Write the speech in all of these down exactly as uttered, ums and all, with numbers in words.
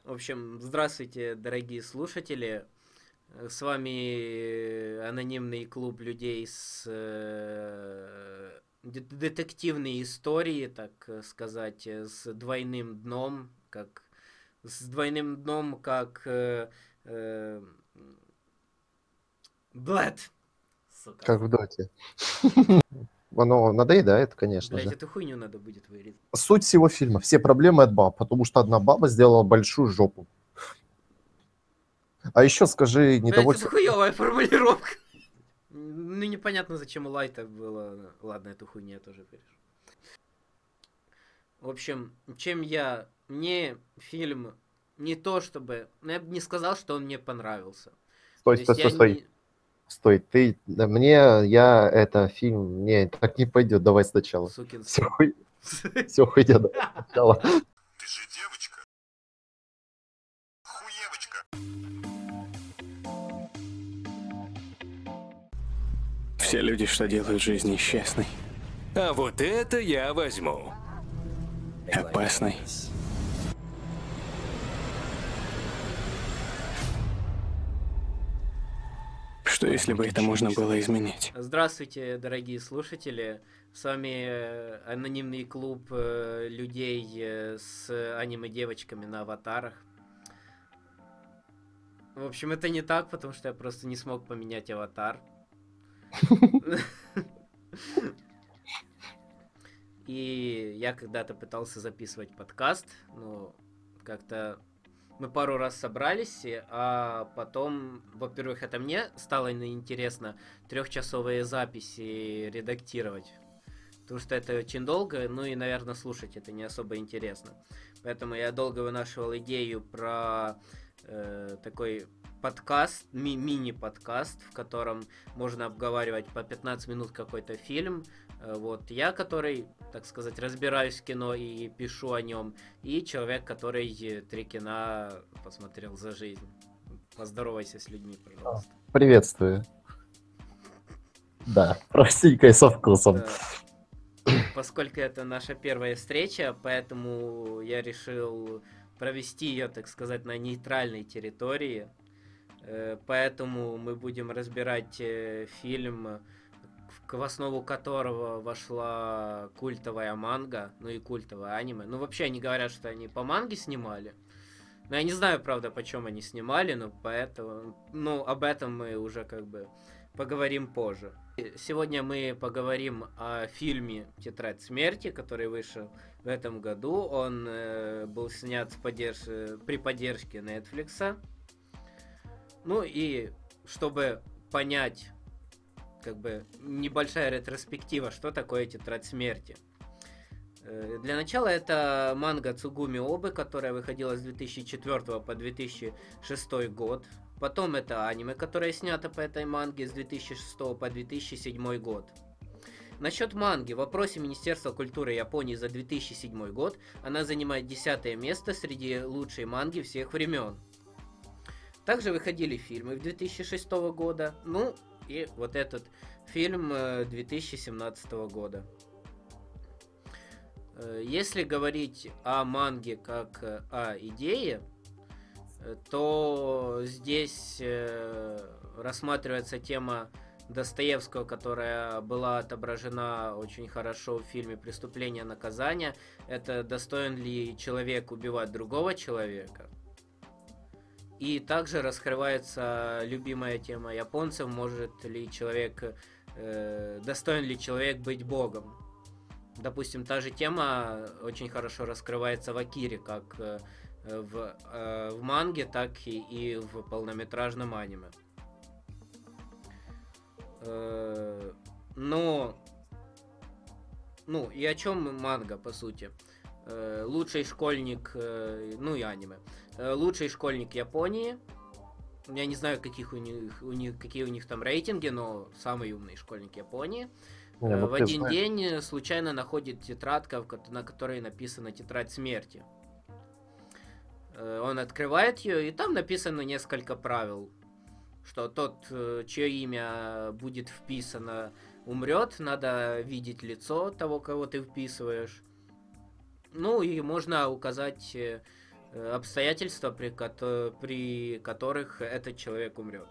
В общем, здравствуйте, дорогие слушатели. С вами анонимный клуб людей с э, де- детективной историей, так сказать, с двойным дном, как с двойным дном, как э, э, Блэд. Сука. Как в доте. Оно надоедает, конечно Блять, же. эту хуйню надо будет вырезать. Суть всего фильма. Все проблемы от баб, потому что одна баба сделала большую жопу. А еще скажи Блять, это недовольство... хуевая формулировка. Ну, непонятно, зачем у Лайта было. Ладно, эту хуйню я тоже вырежу. В общем, чем я... Мне фильм не то чтобы... Ну, я бы не сказал, что он мне понравился. Стой, То стой, есть стой, я стой. не... Стой, ты... да мне, я, это фильм... Не, так не пойдет, давай сначала. Сукин Все, сын. хуй... Все, хуйня, давай сначала. Ты же девочка. Хуевочка. Все люди, что делают жизнь несчастной, А вот это я возьму. опасной. Что если бы это можно было изменить? Здравствуйте, дорогие слушатели. С вами э, анонимный клуб э, людей э, с аниме-девочками на аватарах. В общем, это не так, потому что я просто не смог поменять аватар. И я когда-то пытался записывать подкаст, но как-то мы пару раз собрались, а потом, во-первых, это мне стало интересно трехчасовые записи редактировать. Потому что это очень долго, ну и, наверное, слушать это не особо интересно. Поэтому я долго вынашивал идею про э, такой подкаст, ми- мини-подкаст, в котором можно обговаривать по пятнадцать минут какой-то фильм. Э, вот я, который, так сказать, разбираюсь в кино и пишу о нем, и человек, который три кино посмотрел за жизнь. Поздоровайся с людьми, пожалуйста. Приветствую. Да, простенько и со вкусом. Да. Поскольку это наша первая встреча, поэтому я решил провести ее, так сказать, на нейтральной территории. Э, Поэтому мы будем разбирать э, фильм, в в основу которого вошла культовая манга, ну и культовое аниме. Ну, вообще, они говорят, что они по манге снимали. Но я не знаю, правда, почем они снимали, но поэтому... Ну, об этом мы уже как бы поговорим позже. Сегодня мы поговорим о фильме «Тетрадь смерти», который вышел в этом году. Он э, был снят с поддерж... при поддержке Netflix. Ну и чтобы понять, как бы, небольшая ретроспектива, что такое «Тетрадь смерти». Э, Для начала это манга Цугуми Обы, которая выходила с две тысячи четвёртого по две тысячи шестой год. Потом это аниме, которое снято по этой манге с две тысячи шестого по две тысячи седьмой год. Насчет манги, в вопросе Министерства культуры Японии за две тысячи седьмой год она занимает десятое место среди лучшей манги всех времен. Также выходили фильмы в две тысячи шестого года, ну и вот этот фильм э, две тысячи семнадцатого года. Э, Если говорить о манге как э, о идее, э, то здесь э, рассматривается тема Достоевского, которая была отображена очень хорошо в фильме «Преступление и наказание». Это достоин ли человек убивать другого человека? И также раскрывается любимая тема японцев, может ли человек, э, достоин ли человек быть богом. Допустим, та же тема очень хорошо раскрывается в Акире, как э, в, э, в манге, так и, и в полнометражном аниме. Э, но, ну и о чем манга, по сути? Э, лучший школьник, э, ну и аниме. Э, лучший школьник Японии. Я не знаю, каких у них, у них, какие у них там рейтинги, но самый умный школьник Японии. Не, Э, ну в ты один знаешь. день случайно находит тетрадка, в ко- на которой написана «Тетрадь смерти». Э, Он открывает ее, и там написано несколько правил. Что тот, э, чье имя будет вписано, умрет, надо видеть лицо того, кого ты вписываешь. Ну и можно указать э, э, обстоятельства, при, кото- при которых этот человек умрет.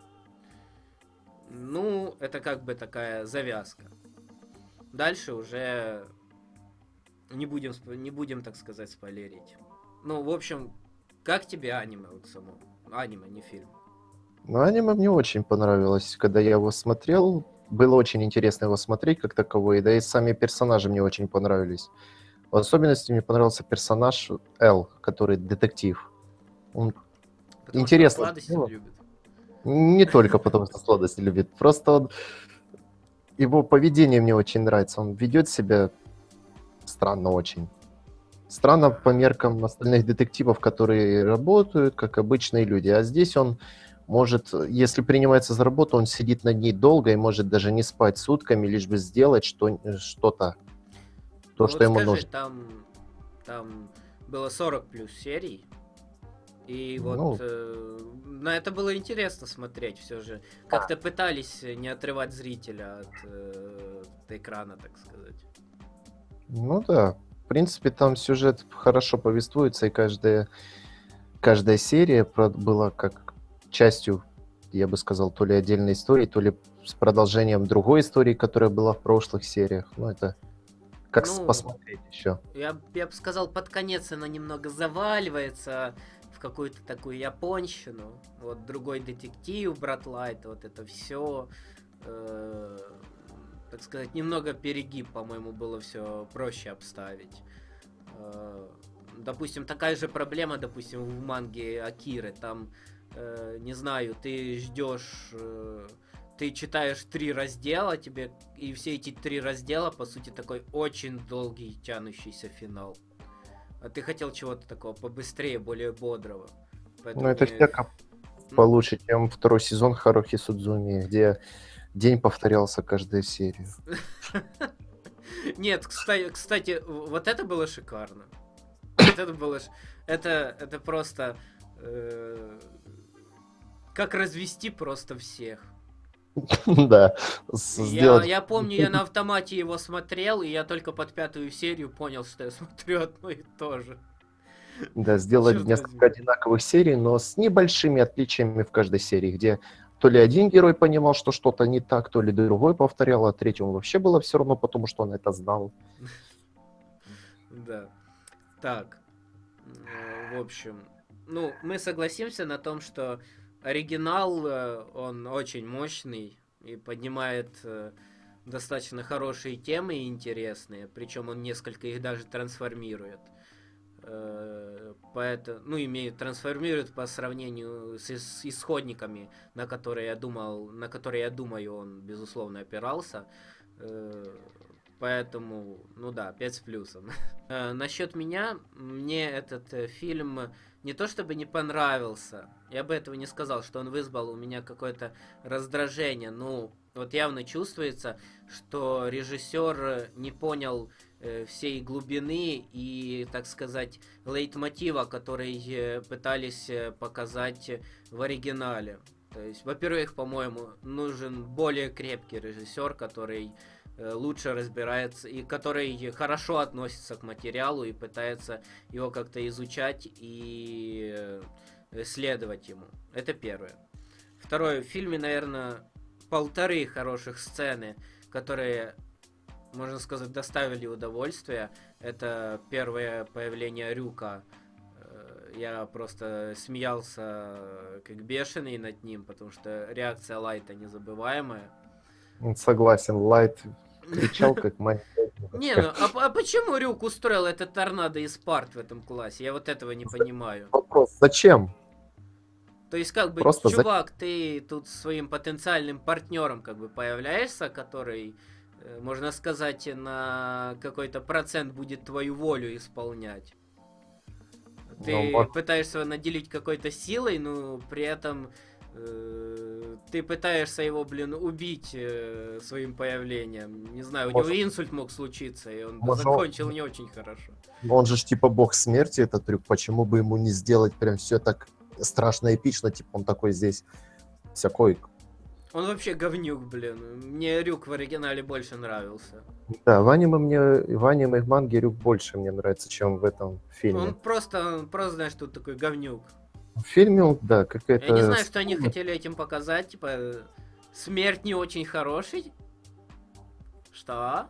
Ну, это как бы такая завязка. Дальше уже не будем, сп- не будем, так сказать, спойлерить. Ну, в общем, как тебе аниме вот само? Аниме, не фильм. Ну, аниме мне очень понравилось, когда я его смотрел. Было очень интересно его смотреть как таковой, да и сами персонажи мне очень понравились. В особенности мне понравился персонаж Эл, который детектив. Он Потому интересно что он сладости сделан. любит. Не только потому, что сладости любит, просто он... его поведение мне очень нравится. Он ведет себя странно очень. Странно по меркам остальных детективов, которые работают, как обычные люди. А здесь он может, если принимается за работу, он сидит над ней долго и может даже не спать сутками, лишь бы сделать что- что-то, то, Ну что вот ему скажи, нужно. там, там было сорок плюс серий, и вот Ну, э, на это было интересно смотреть все же. Как-то пытались не отрывать зрителя от, э, от экрана, так сказать. ну да. В принципе, там сюжет хорошо повествуется, и каждая, каждая серия про- была как частью, я бы сказал, то ли отдельной истории, то ли с продолжением другой истории, которая была в прошлых сериях. Ну, это как с- Ну, посмотреть еще. я, б- я бы сказал, под конец она немного заваливается в какую-то такую японщину. Вот другой детектив, брат Лайт, вот это все. Так сказать, немного перегиб, по-моему, было все проще обставить. Э, Допустим, такая же проблема, допустим, в манге Акиры. Там, э, не знаю, ты ждешь, э, ты читаешь три раздела, тебе и все эти три раздела, по сути, такой очень долгий тянущийся финал. А ты хотел чего-то такого побыстрее, более бодрого. Поэтому Ну, это мне- всяко ну, получше, чем второй сезон Харухи Судзуми, где день повторялся каждую серию. Нет, кстати, кстати, вот это было шикарно. Вот это было... ш- Это, это просто... э, Как развести просто всех. Да, с- Я, сделать... я помню, я на автомате его смотрел, и я только под пятую серию понял, что я смотрю одно и то же. Да, сделать Черт несколько возьми. одинаковых серий, но с небольшими отличиями в каждой серии, где то ли один герой понимал, что что-то не так, то ли другой повторял, а третьему вообще было все равно, потому что он это знал. Да. Так. Э, В общем, ну, мы согласимся на том, что оригинал, э, он очень мощный и поднимает э, достаточно хорошие темы и интересные, причем он несколько их даже трансформирует. Э, Поэтому, ну, имеет, трансформирует по сравнению с, ис- исходниками, на которые я думал, на которые, я думаю, он, безусловно, опирался. Э, Поэтому, ну да, пять с плюсом. Э, Насчет меня, мне этот э, фильм не то чтобы не понравился, я бы этого не сказал, что он вызвал у меня какое-то раздражение. Ну, вот явно чувствуется, что режиссер э, не понял э, всей глубины и, так сказать, лейтмотива, который э, пытались э, показать в оригинале. То есть, во-первых, по-моему, нужен более крепкий режиссер, который э, лучше разбирается и который хорошо относится к материалу и пытается его как-то изучать и э, следовать ему. Это первое. Второе, в фильме, наверное, полторы хороших сцены, которые, можно сказать, доставили удовольствие. Это первое появление Рюка. Э, Я просто смеялся как бешеный над ним, потому что реакция Лайта незабываемая. Согласен, Лайт кричал, как маленькая Не, ну девочка. а, п- а почему Рюк устроил этот торнадо из парт в этом классе? Я вот этого не понимаю. Вопрос, зачем? То есть, как бы, Просто зачем? чувак, ты тут своим потенциальным партнером как бы появляешься, который, э, можно сказать, на какой-то процент будет твою волю исполнять. Ну, Ты вот, пытаешься наделить какой-то силой, но при этом э, ты пытаешься его, блин, убить э, своим появлением. Не знаю, у него может, инсульт мог случиться, и он бы может, закончил не очень хорошо. он же ж типа бог смерти, этот трюк, почему бы ему не сделать прям все так страшно эпично, типа он такой здесь всякой Он вообще говнюк, блин. Мне Рюк в оригинале больше нравился. Да, в аниме мне, в аниме и в манге Рюк больше мне нравится, чем в этом фильме. Он просто, он просто, знаешь, тут такой говнюк. В фильме, он, да, Я не какая-то... знаю, что они сцена- хотели этим показать. Типа, смерть не очень хороший. Что?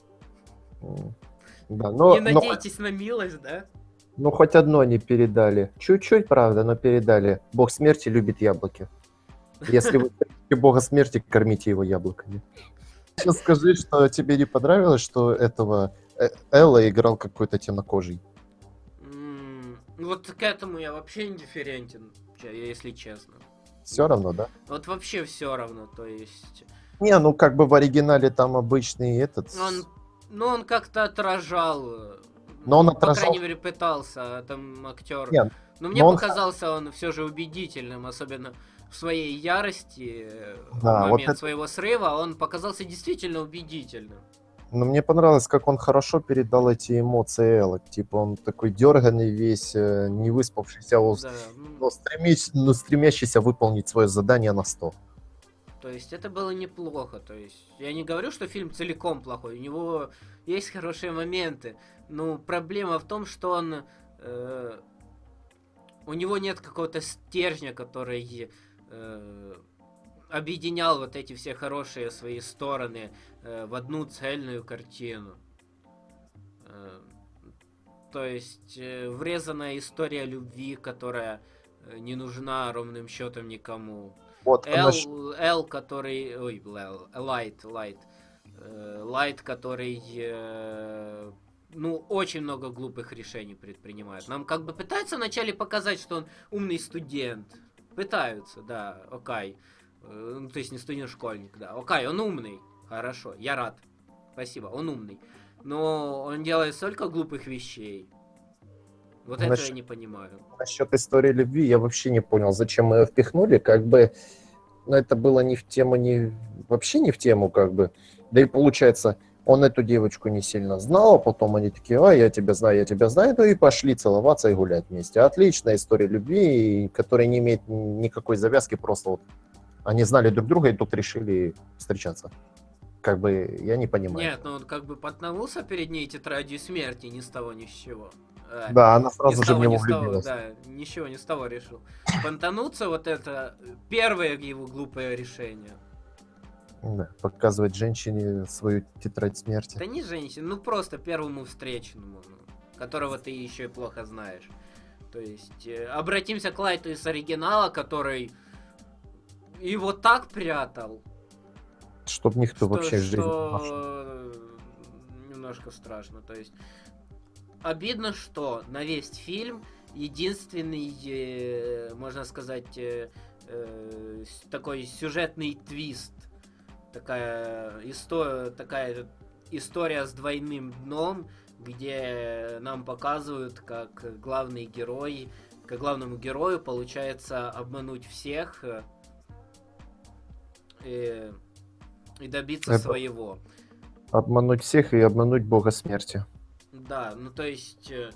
м, Да, но, не но, хоть- надейтесь на милость, да? но хоть одно не передали. Чуть-чуть, правда, но передали. Бог смерти любит яблоки. Если вы хотите бога смерти, кормите его яблоками. Сейчас скажи, что тебе не понравилось, что этого э, Элла играл какой-то темнокожий. М, Вот к этому я вообще индифферентен, че- если честно. Все равно, да? Вот вообще все равно, то есть... Не, ну как бы в оригинале там обычный этот... Он, ну, он как-то отражал... э, Но он По отражал... крайней мере, пытался, а там актер. Нет, Но мне но он- показался он все же убедительным, особенно в своей ярости, э, в Да, вот момент это- своего срыва, он показался действительно убедительным. Но мне понравилось, как он хорошо передал эти эмоции Эллы. Типа он такой дерганный весь, э, не выспавшийся, он- Да, ну, но, стремись- но стремящийся выполнить свое задание на сто. то есть это было неплохо. То есть я не говорю, что фильм целиком плохой, у него есть хорошие моменты. Но проблема в том, что он... э, у него нет какого-то стержня, который э, объединял вот эти все хорошие свои стороны э, в одну цельную картину. Э, то есть э, врезанная история любви, которая э, не нужна ровным счетом никому. Вот, Эл, насч- Эл, который... Ой, Эл, Лайт, Лайт. Э, Лайт, который... э, ну, очень много глупых решений предпринимает. Нам как бы пытаются вначале показать, что он умный студент. Пытаются, да, окей. Э, Ну, то есть не студент-школьник, да. Окей, он умный. Хорошо, я рад. Спасибо, он умный. Но он делает столько глупых вещей. Вот это Насч- я не понимаю. насчет истории любви я вообще не понял, зачем мы ее впихнули. Как бы, ну, это было не в тему, не вообще не в тему, как бы. Да и получается, он эту девочку не сильно знал, а потом они такие, а, я тебя знаю, я тебя знаю, ну и пошли целоваться и гулять вместе. Отличная история любви, и которая не имеет никакой завязки, просто вот они знали друг друга и тут решили встречаться. Как бы, я не понимаю. Нет, ну он как бы подтянулся перед ней тетрадью смерти ни с того ни с чего. Э, Да, она ни сразу с же в того, него ни с того, влюбилась. да, ничего не с того решил. Понтануться вот это первое его глупое решение. Да, показывать женщине свою тетрадь смерти. Да не женщина, ну просто первому встречному, ну, которого ты еще и плохо знаешь. То есть э, обратимся к Лайту из оригинала, который его так прятал, Чтоб никто что, вообще жизнь не нашел. что немножко страшно. То есть обидно, что на весь фильм единственный, э, можно сказать, э, э, с- такой сюжетный твист, такая история, такая история с двойным дном, где нам показывают, как главный герой, как главному герою получается обмануть всех э, и, и добиться Это- своего. Обмануть всех и обмануть бога смерти. Да, ну то есть... э,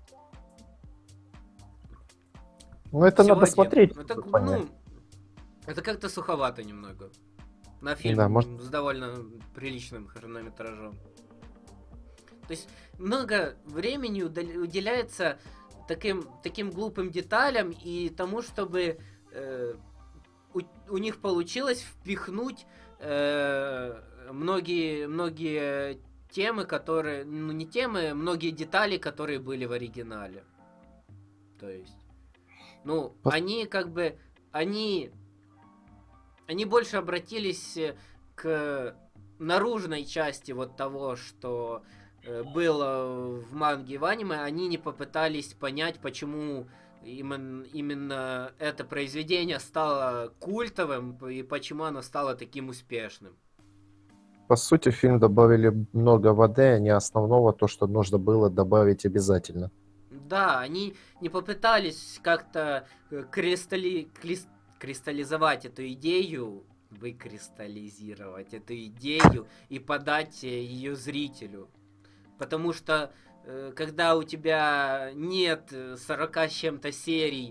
Ну, это надо сегодня- смотреть, Это, чтобы понять. ну, это как-то суховато немного. На фильм Да, может- с довольно приличным хронометражом. То есть много времени удал- уделяется таким, таким глупым деталям и тому, чтобы э, у, у них получилось впихнуть э, многие, многие темы, которые... Ну, не темы, многие детали, которые были в оригинале. То есть... Ну, Пос- они как бы... Они... Они больше обратились э, к наружной части вот того, что э, было в манге и в аниме. Они не попытались понять, почему именно, именно это произведение стало культовым и почему оно стало таким успешным. По сути, в фильм добавили много воды, а не основного, то, что нужно было добавить обязательно. Да, они не попытались как-то э, кристалли... клис- кристаллизовать эту идею, выкристаллизировать эту идею и подать э, ее зрителю. Потому что э, когда у тебя нет э, сорока с чем-то серий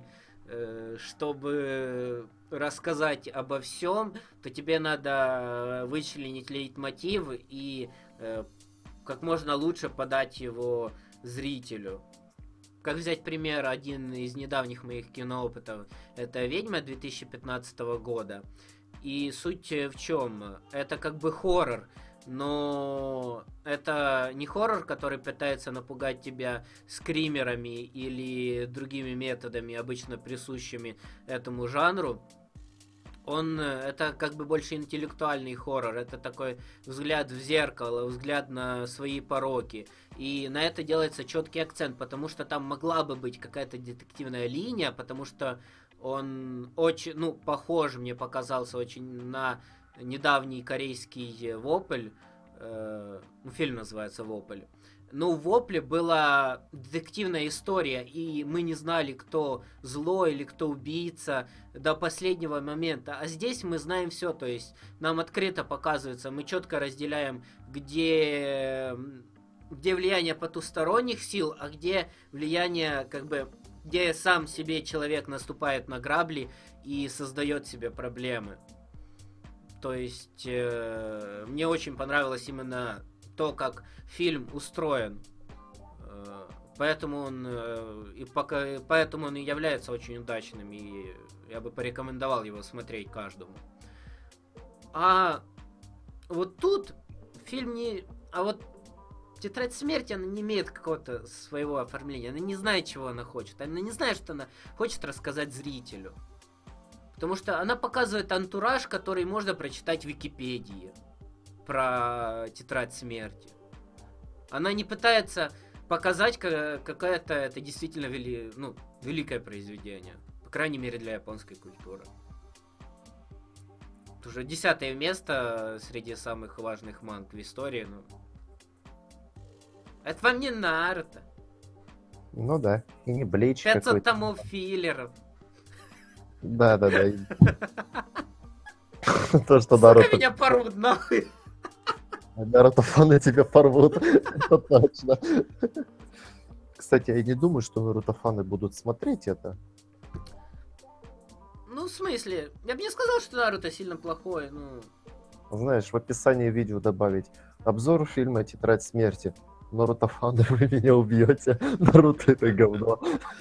э, чтобы рассказать обо всем, то тебе надо вычленить лейтмотив и э, как можно лучше подать его зрителю. Как взять пример, один из недавних моих киноопытов, это «Ведьма» две тысячи пятнадцатого года. И суть в чем? Это как бы хоррор, но это не хоррор, который пытается напугать тебя скримерами или другими методами, обычно присущими этому жанру. Он, это как бы больше интеллектуальный хоррор, это такой взгляд в зеркало, взгляд на свои пороки. И на это делается четкий акцент, потому что там могла бы быть какая-то детективная линия, потому что он очень, ну, похож, мне показался очень на недавний корейский «Вопль», э, ну, фильм называется «Вопль». Ну, в «Вопле» была детективная история, и мы не знали, кто злой или кто убийца до последнего момента. А здесь мы знаем все, то есть нам открыто показывается, мы четко разделяем, где, где влияние потусторонних сил, а где влияние, как бы, где сам себе человек наступает на грабли и создает себе проблемы. То есть э, мне очень понравилось именно то, как фильм устроен, э, поэтому он э, и пока, поэтому он и является очень удачным, и я бы порекомендовал его смотреть каждому. А вот тут фильм не, а вот «Тетрадь смерти», она не имеет какого-то своего оформления, она не знает, чего она хочет, она не знает, что она хочет рассказать зрителю. Потому что она показывает антураж, который можно прочитать в Википедии про «Тетрадь смерти». Она не пытается показать, какое-то это действительно вели, ну, великое произведение. По крайней мере, для японской культуры. Это уже десятое место среди самых важных манг в истории. Ну. Это вам не Наруто. Ну да, и не Блич пятьсот какой-то. томов филлеров. Да-да-да. То, что Сука, Наруто... меня порвут нахуй. Наруто фаны тебя порвут. Это точно. Кстати, я не думаю, что Наруто фаны будут смотреть это. Ну, в смысле? Я бы не сказал, что Наруто сильно плохой, ну... Знаешь, в описании видео добавить обзор фильма «Тетрадь смерти». Наруто фаны, вы меня убьете. Наруто это говно.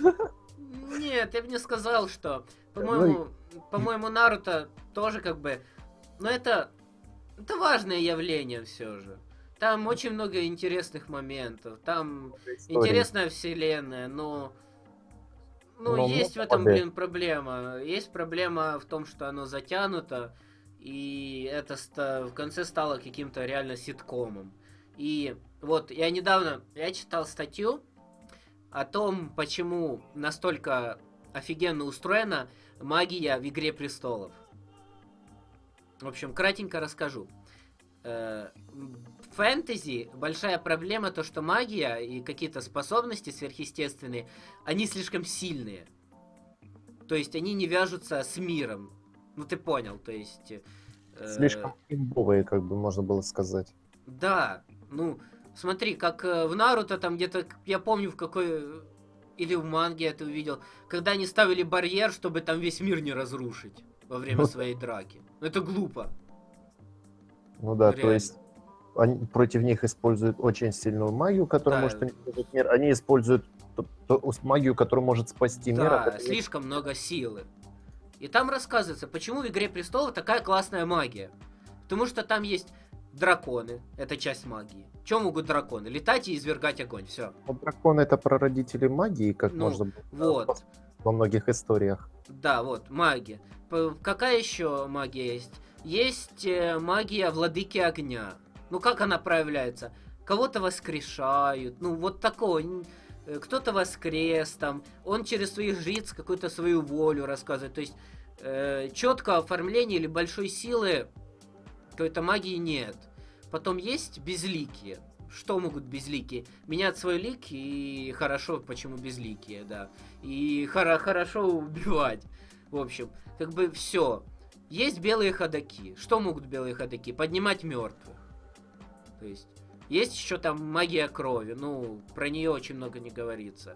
Нет, я бы не сказал, что... По-моему, по-моему, Наруто тоже как бы... Но это... Это важное явление все же. Там очень много интересных моментов. Там Истории. интересная вселенная, но... Ну, Но есть в много этом, побед. блин, проблема. Есть проблема в том, что оно затянуто, и это ста- в конце стало каким-то реально ситкомом. И вот я недавно, я читал статью о том, почему настолько офигенно устроена магия в «Игре престолов». В общем, кратенько расскажу. Э, В фэнтези большая проблема то, что магия и какие-то способности сверхъестественные, они слишком сильные. То есть они не вяжутся с миром. Ну ты понял, то есть... э, Слишком имбовые, как бы можно было сказать. Да, ну, смотри, как э, в Наруто там где-то, я помню в какой... Или в манге это увидел, когда они ставили барьер, чтобы там весь мир не разрушить во время своей драки. Ну это глупо. Ну да, Реально. то есть они, против них используют очень сильную магию, которая Да. может уничтожить мир. Они используют ту- ту магию, которая может спасти мир. Да, а потом- слишком много силы. И там рассказывается, почему в «Игре престолов» такая классная магия. Потому что там есть драконы, это часть магии. Чем могут драконы? Летать и извергать огонь, все. Ну, драконы — это прародители магии, как Ну, можно Вот. во многих историях. Да, вот, магия. П- Какая еще магия есть? Есть э, магия владыки огня. Ну, как она проявляется? Кого-то воскрешают, ну, вот такого. н- э, Кто-то воскрес там, он через своих жриц какую-то свою волю рассказывает. То есть, э, четкого оформления или большой силы какой-то магии нет. Потом есть безликие. Что могут безликие? Менять свой лик и хорошо, почему безликие, да. И хоро- хорошо убивать. В общем, как бы все. Есть белые ходаки. Что могут белые ходаки? Поднимать мертвых. То есть, есть еще там магия крови. Ну, про нее очень много не говорится.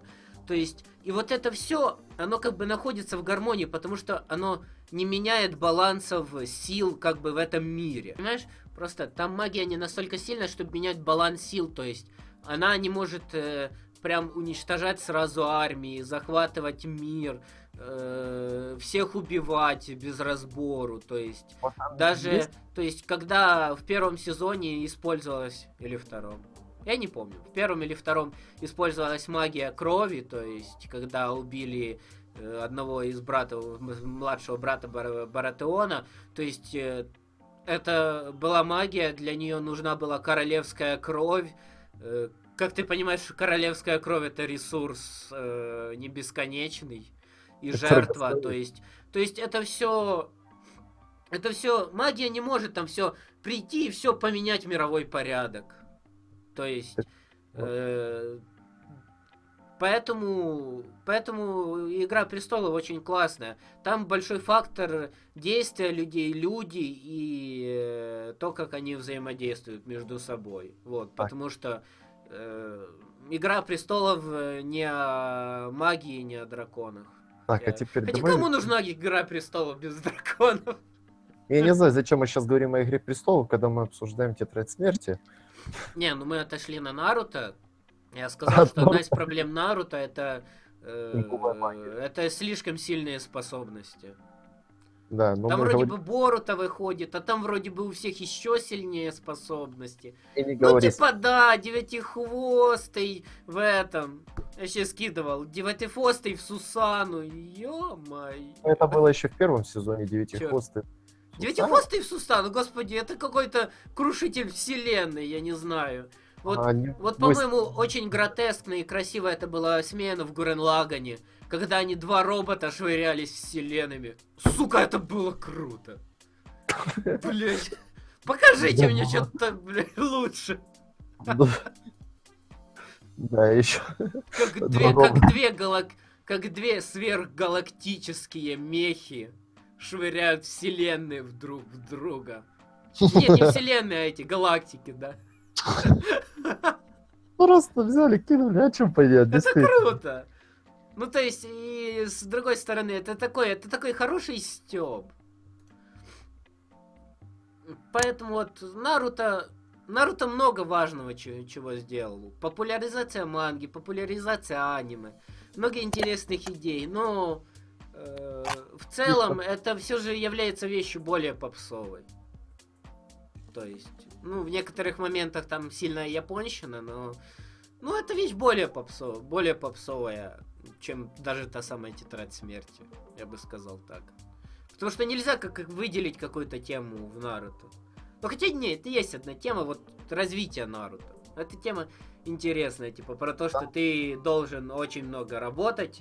То есть, и вот это все, оно как бы находится в гармонии, потому что оно не меняет балансов сил как бы в этом мире. Понимаешь? Просто там магия не настолько сильная, чтобы менять баланс сил. То есть, она не может э, прям уничтожать сразу армии, захватывать мир, э, всех убивать без разбору. То есть, Вот там даже, есть? то есть, когда в первом сезоне использовалась, или втором, я не помню, в первом или втором использовалась магия крови, то есть, когда убили э, одного из братов, младшего брата Бар- Баратеона, то есть, э, это была магия, для нее нужна была королевская кровь. Э, как ты понимаешь, королевская кровь это ресурс э, не бесконечный и жертва, то есть, то есть это все, это все, магия не может там все прийти и все поменять мировой порядок. То есть, э, поэтому, поэтому Игра престолов очень классная. Там большой фактор действия людей, люди и э, то, как они взаимодействуют между собой. Вот, Так. потому что э, Игра престолов не о магии, не о драконах. Так, а Я- теперь Хотя давай... кому нужна Игра престолов без драконов? Я не знаю, зачем мы сейчас говорим о «Игре престолов», когда мы обсуждаем «Тетрадь смерти». Не, ну мы отошли на Наруто. Я сказал, что одна из проблем Наруто это э, Импульсная магия. это слишком сильные способности. Да, но Там мы вроде говорим... бы Боруто выходит, а там вроде бы у всех еще сильнее способности. И не Ну говори, типа да, девятихвостый в этом. Я сейчас скидывал. Девятихвостый в Сусану. Ё-моё. это было еще в первом сезоне «Девятихвостый». Девятихвостый в Сусану, господи, это какой-то крушитель вселенной, я не знаю. Вот, А, не- вот мы с- по-моему, очень гротескно и красиво это была смена в Гуррен-Лагане, когда они два робота швырялись вселенными. Сука, это было круто. Блять. Покажите мне что-то, блядь, лучше. Да, еще. Как две, как две галак... как две сверхгалактические мехи швыряют вселенные в друг в друга. Нет, не вселенные, а эти галактики, да. Просто взяли, кинули, о чем понять, Это действительно. круто. Ну, то есть, и с другой стороны, это такой, это такой хороший стёб. Поэтому вот Наруто... Наруто много важного чего, чего сделал. Популяризация манги, популяризация аниме. Много интересных идей, но... э, в целом, это все же является вещью более попсовой. То есть, ну, в некоторых моментах там сильная японщина, но... Ну, это вещь более попсовая, более попсовая, чем даже та самая Тетрадь смерти, я бы сказал так. Потому что нельзя как как выделить какую-то тему в Наруто. Ну, хотя нет, есть одна тема, вот развитие Наруто. Эта тема интересная, типа, про то, что ты должен очень много работать,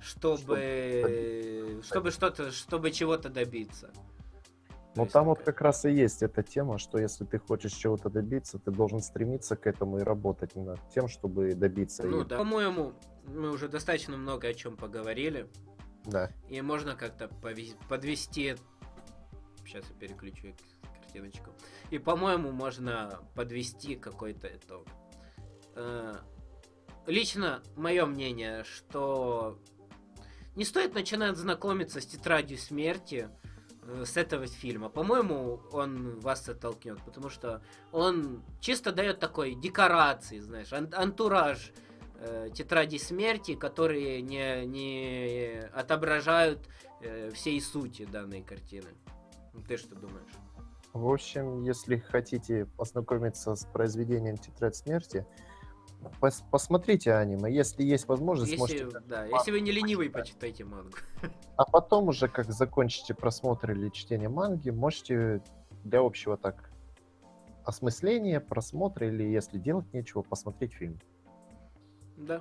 чтобы... Чтобы что-то, чтобы чего-то добиться. То Ну есть там вот такая- как раз и есть эта тема, что если ты хочешь чего-то добиться, ты должен стремиться к этому и работать над тем, чтобы добиться. Ну И- да, по-моему, мы уже достаточно много о чем поговорили. Да. И можно как-то пове- подвести... Сейчас я переключу картиночку. И, по-моему, можно подвести какой-то итог. Э, Лично мое мнение, что не стоит начинать знакомиться с Тетрадью смерти э, с этого фильма. По-моему, он вас оттолкнет, потому что он чисто дает такой декорации, знаешь, ан- антураж э, Тетради смерти, которые не, не отображают э, всей сути данной картины. Ну, ты что думаешь? В общем, если хотите познакомиться с произведением «Тетрадь смерти», пос- посмотрите аниме. Если есть возможность, Если, можете... да, если вы не ленивый, почитайте мангу. А потом уже, как закончите просмотр или чтение манги, можете для общего так осмысления, просмотра, или если делать нечего, посмотреть фильм. Да.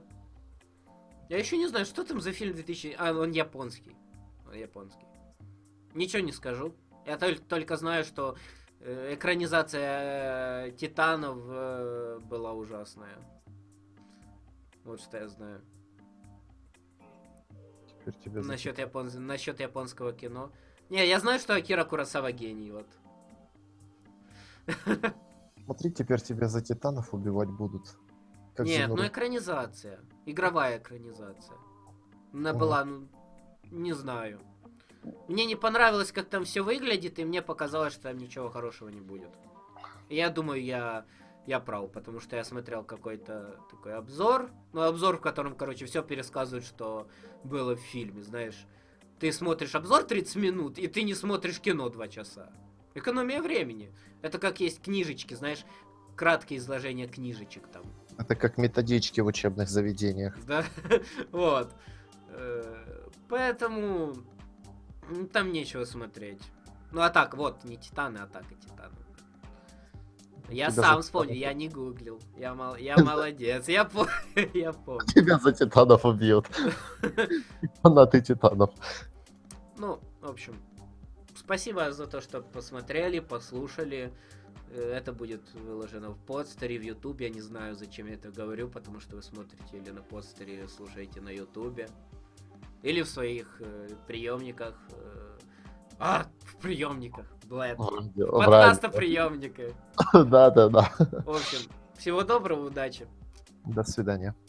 Я еще не знаю, что там за фильм две тысячи... А, он японский. Он японский. Ничего не скажу. Я только, только знаю, что э, экранизация э, Титанов э, была ужасная. Вот что я знаю. Теперь тебя за- Насчет, япон... Насчет японского кино. Не, я знаю, что Акира Куросава гений, вот. Смотри, теперь тебя за титанов убивать будут. Как Нет, Зенура. ну экранизация. Игровая экранизация. Она Ага. была, ну, не знаю. Мне не понравилось, как там все выглядит, и мне показалось, что там ничего хорошего не будет. И я думаю, я, я прав, потому что я смотрел какой-то такой обзор. Ну, обзор, в котором, короче, все пересказывают, что было в фильме, знаешь. Ты смотришь обзор тридцать минут, и ты не смотришь кино два часа. Экономия времени. Это как есть книжечки, знаешь, краткие изложения книжечек там. Это как методички в учебных заведениях. Да, вот. Э, Поэтому м, там нечего смотреть. Ну а так, вот, не Титаны, а так и Титаны. Я Тебя сам за вспомнил, Титанов- я не гуглил. Я, мол... я молодец, я, по... я помню. Тебя за титанов убьют. Фанаты титанов. Ну, в общем, спасибо за то, что посмотрели, послушали. Э, Это будет выложено в подстере, в ютубе. Я не знаю, зачем я это говорю, потому что вы смотрите или на подстере, или слушаете на ютубе. Или в своих э, приемниках. э, А, в приемниках. Блэд. В радио- в Подкаста радио. приемника. Да, да, да. В общем, всего доброго, удачи. До свидания.